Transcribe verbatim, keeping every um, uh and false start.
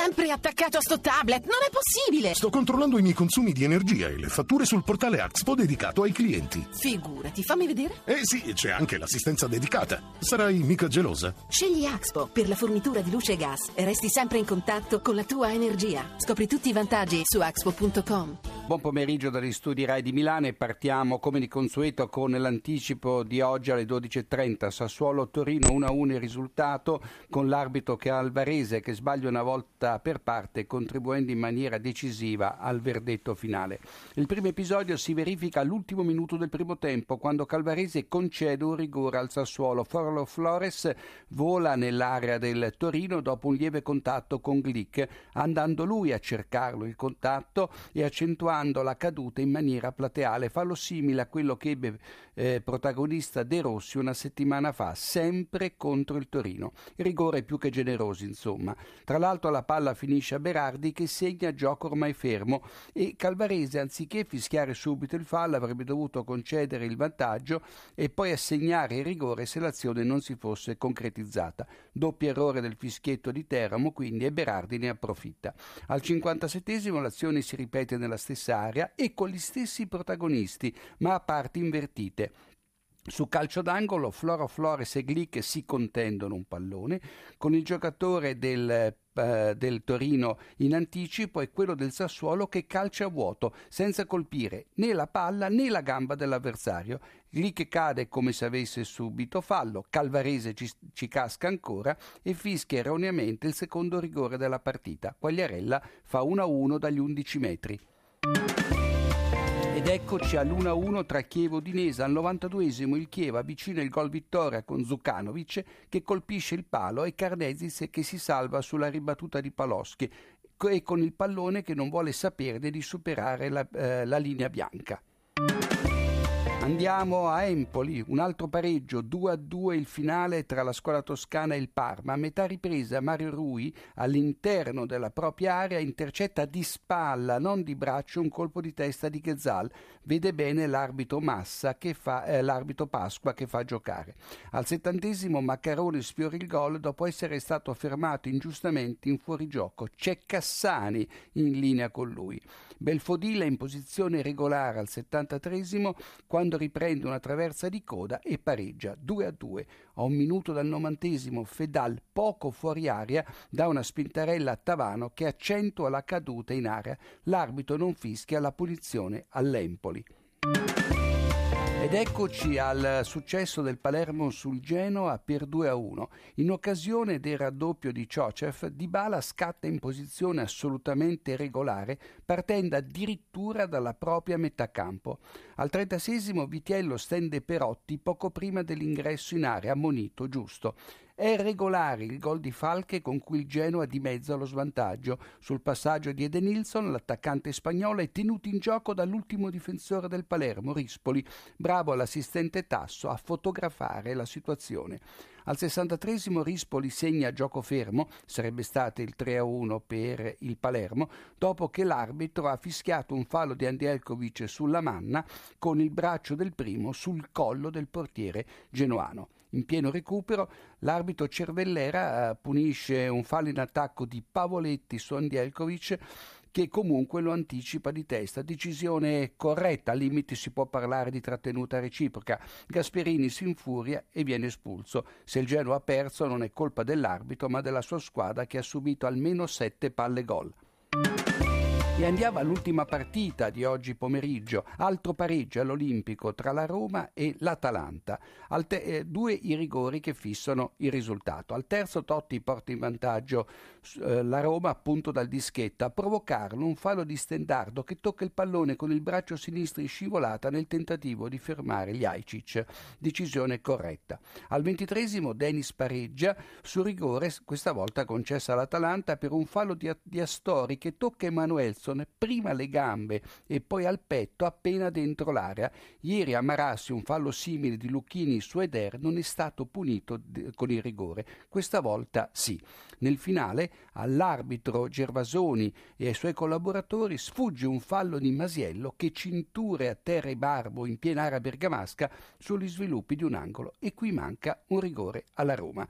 sempre attaccato a sto tablet, non è possibile! Sto controllando i miei consumi di energia e le fatture sul portale Axpo dedicato ai clienti. Figurati, fammi vedere. Eh sì, c'è anche l'assistenza dedicata. Sarai mica gelosa? Scegli Axpo per la fornitura di luce e gas e resti sempre in contatto con la tua energia. Scopri tutti i vantaggi su axpo punto com. Buon pomeriggio dagli studi Rai di Milano e partiamo come di consueto con l'anticipo di oggi alle dodici e trenta. Sassuolo-Torino uno a uno il risultato, con l'arbitro che è Alvarese che sbaglia una volta per parte, contribuendo in maniera decisiva al verdetto finale. Il primo episodio si verifica all'ultimo minuto del primo tempo, quando Calvarese concede un rigore al Sassuolo. Forlo Flores vola nell'area del Torino dopo un lieve contatto con Glick, andando lui a cercarlo il contatto e accentuando la caduta in maniera plateale, fallo simile a quello che ebbe eh, protagonista De Rossi una settimana fa, sempre contro il Torino. Il rigore è più che generoso, insomma. Tra l'altro la palla finisce a Berardi che segna gioco ormai fermo e Calvarese, anziché fischiare subito il fallo, avrebbe dovuto concedere il vantaggio e poi assegnare il rigore se l'azione non si fosse concretizzata. Doppio errore del fischietto di Teramo, quindi, e Berardi ne approfitta. Al cinquantasettesimo l'azione si ripete nella stessa area e con gli stessi protagonisti, ma a parti invertite. Su calcio d'angolo Floro Flores e Glick si contendono un pallone, con il giocatore del del Torino in anticipo e quello del Sassuolo che calcia a vuoto senza colpire né la palla né la gamba dell'avversario. Glick cade come se avesse subito fallo, Calvarese ci, ci casca ancora e fischia erroneamente il secondo rigore della partita. Quagliarella fa uno a uno dagli undici metri. Ed eccoci all'uno a uno tra Chievo e Udinese. Al novantaduesimo il Chievo avvicina il gol vittoria con Zukanovic che colpisce il palo e Karnezic che si salva sulla ribattuta di Paloschi e con il pallone che non vuole saperne di superare la, eh, la linea bianca. Andiamo a Empoli, un altro pareggio, due a due il finale tra la squadra toscana e il Parma. A metà ripresa Mario Rui, all'interno della propria area, intercetta di spalla, non di braccio, un colpo di testa di Ghezal. Vede bene l'arbitro Massa, che fa, eh, l'arbitro Pasqua che fa giocare. Al settantesimo Maccarone sfiora il gol dopo essere stato fermato ingiustamente in fuorigioco. C'è Cassani in linea con lui. Belfodil è in posizione regolare al settantatreesimo quando riprende una traversa di coda e pareggia due a due. A un minuto dal novantesimo Fedal, poco fuori area, dà una spintarella a Tavano che accentua la caduta in area. L'arbitro non fischia la punizione all'Empoli. Ed eccoci al successo del Palermo sul Genoa per due a uno. In occasione del raddoppio di Ciocev, Dybala scatta in posizione assolutamente regolare, partendo addirittura dalla propria metà campo. Al trentaseiesimo Vitiello stende Perotti poco prima dell'ingresso in area, ammonito giusto. È regolare il gol di Falche con cui il Genoa dimezza lo svantaggio. Sul passaggio di Edenilson l'attaccante spagnolo è tenuto in gioco dall'ultimo difensore del Palermo, Rispoli, bravo l'assistente Tasso a fotografare la situazione. Al sessantatreesimo Rispoli segna gioco fermo, sarebbe stato il tre a uno per il Palermo, dopo che l'arbitro ha fischiato un fallo di Andielkovic sulla manna con il braccio del primo sul collo del portiere genoano. In pieno recupero l'arbitro Cervellera eh, punisce un fallo in attacco di Pavoletti su Andielkovic che comunque lo anticipa di testa. Decisione corretta, al limite si può parlare di trattenuta reciproca. Gasperini si infuria e viene espulso. Se il Genoa ha perso non è colpa dell'arbitro ma della sua squadra che ha subito almeno sette palle gol. E andiamo all'ultima partita di oggi pomeriggio, altro pareggio all'Olimpico tra la Roma e l'Atalanta. Al te- eh, due i rigori che fissano il risultato. Al terzo Totti porta in vantaggio eh, la Roma appunto dal dischetto, a provocarlo un fallo di Stendardo che tocca il pallone con il braccio sinistro in scivolata nel tentativo di fermare Ljajic. Decisione corretta. Al ventitreesimo Denis pareggia su rigore, questa volta concessa all'Atalanta per un fallo di, di Astori che tocca Emanuelson prima le gambe e poi al petto appena dentro l'area. Ieri a Marassi un fallo simile di Lucchini su Eder non è stato punito con il rigore, questa volta sì. Nel finale all'arbitro Gervasoni e ai suoi collaboratori sfugge un fallo di Masiello che cinture a terra e Barbo in piena area bergamasca sugli sviluppi di un angolo e qui manca un rigore alla Roma.